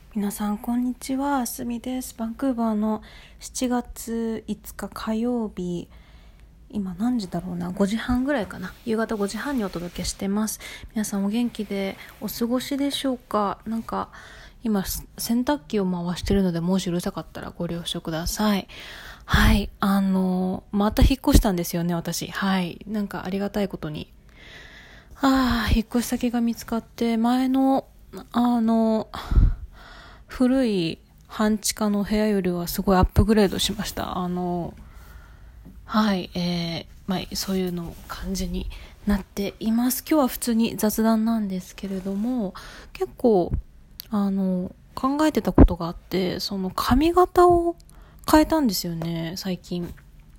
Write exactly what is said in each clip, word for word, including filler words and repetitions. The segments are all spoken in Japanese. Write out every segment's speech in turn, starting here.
皆さんこんにちは、すみです。バンクーバーのしちがついつか火曜日、今何時だろうな、ごじはんぐらいかな、夕方ごじはんにお届けしてます。皆さんお元気でお過ごしでしょうか。なんか今洗濯機を回してるので、もしうるさかったらご了承ください。はい、あのまた引っ越したんですよね、私。はい、なんかありがたいことにああ引っ越し先が見つかって、前のあの古い半地下の部屋よりはすごいアップグレードしました。あのはい、えー、まあそういうの感じになっています。今日は普通に雑談なんですけれども、結構あの考えてたことがあって、その髪型を変えたんですよね、最近。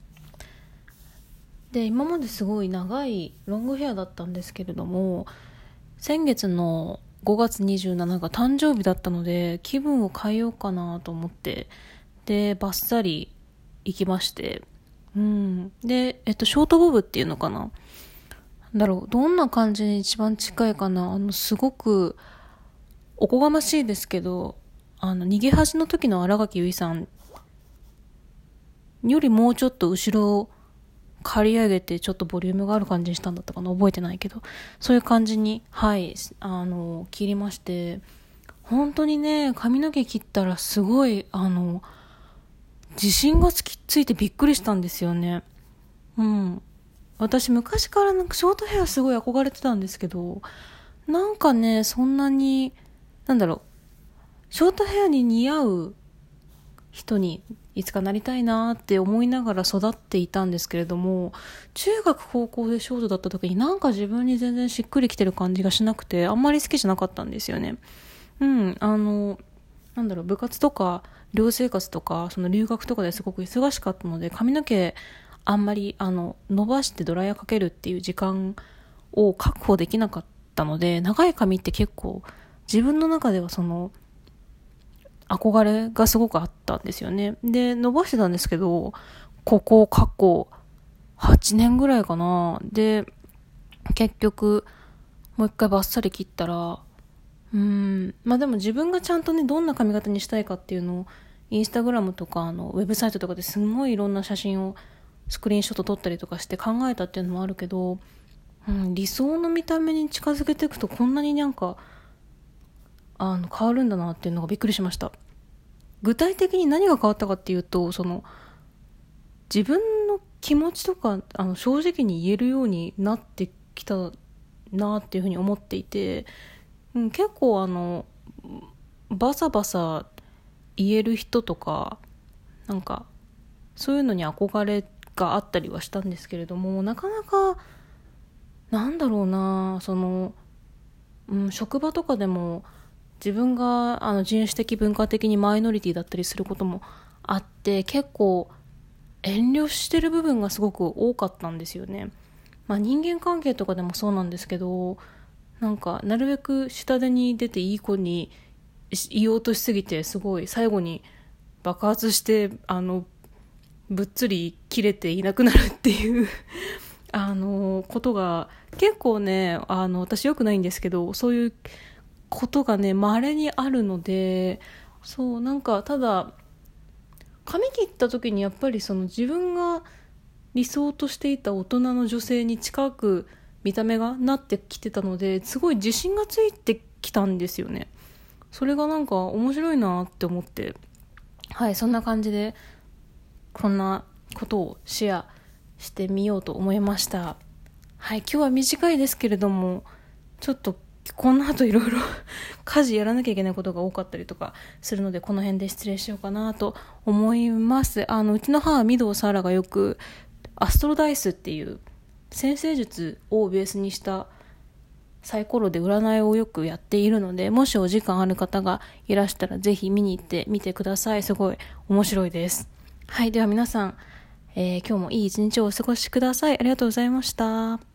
で、今まですごい長いロングヘアだったんですけれども、先月のごがつにじゅうしちにちが誕生日だったので、気分を変えようかなと思って、でバッサリ行きまして、うんでえっとショートボブっていうのかな、なんだろう、どんな感じに一番近いかな。あのすごくおこがましいですけど、あの逃げ恥の時の新垣結衣さんよりもうちょっと後ろを刈り上げて、ちょっとボリュームがある感じにしたんだったかな、覚えてないけど、そういう感じに、はいあの切りまして、本当にね、髪の毛切ったらすごいあの自信がつきついてびっくりしたんですよね。うん私昔からなんかショートヘアすごい憧れてたんですけど、なんかね、そんなになんだろう、ショートヘアに似合う人にいつかなりたいなって思いながら育っていたんですけれども、中学高校でショートだった時になんか自分に全然しっくりきてる感じがしなくて、あんまり好きじゃなかったんですよね。うんあのなんだろう、部活とか寮生活とかその留学とかですごく忙しかったので、髪の毛あんまりあの伸ばしてドライヤーかけるっていう時間を確保できなかったので、長い髪って結構自分の中ではその憧れがすごくあったんですよね。で伸ばしてたんですけど、ここ過去はちねんぐらいかな。で結局もう一回バッサリ切ったら、うーんまあでも自分がちゃんとね、どんな髪型にしたいかっていうのをインスタグラムとかあのウェブサイトとかですごいいろんな写真をスクリーンショット撮ったりとかして考えたっていうのもあるけど、うん、理想の見た目に近づけていくとこんなになんかあの変わるんだなっていうのがびっくりしました。具体的に何が変わったかっていうと、その自分の気持ちとかあの正直に言えるようになってきたなっていうふうに思っていて、うん、結構あのバサバサ言える人とか、なんかそういうのに憧れがあったりはしたんですけれども、なかなかなんだろうな、その、うん、職場とかでも自分があの人種的文化的にマイノリティだったりすることもあって、結構遠慮してる部分がすごく多かったんですよね。まあ人間関係とかでもそうなんですけど、なんかなるべく下手に出ていい子に言おうとしすぎて、すごい最後に爆発してあのぶっつり切れていなくなるっていうあのことが結構ね、あの私よくないんですけど、そういうことがね稀にあるので、そうなんかただ髪切った時にやっぱりその自分が理想としていた大人の女性に近く見た目がなってきてたので、すごい自信がついてきたんですよね。それがなんか面白いなって思って、はい、そんな感じでこんなことをシェアしてみようと思いました。はい、今日は短いですけれども、ちょっとこの後いろいろ家事やらなきゃいけないことが多かったりとかするので、この辺で失礼しようかなと思います。あのうちの母御堂サラがよくアストロダイスっていう占星術をベースにしたサイコロで占いをよくやっているので、もしお時間ある方がいらしたらぜひ見に行ってみてください。すごい面白いです。はい、では皆さん、えー、今日もいい一日をお過ごしください。ありがとうございました。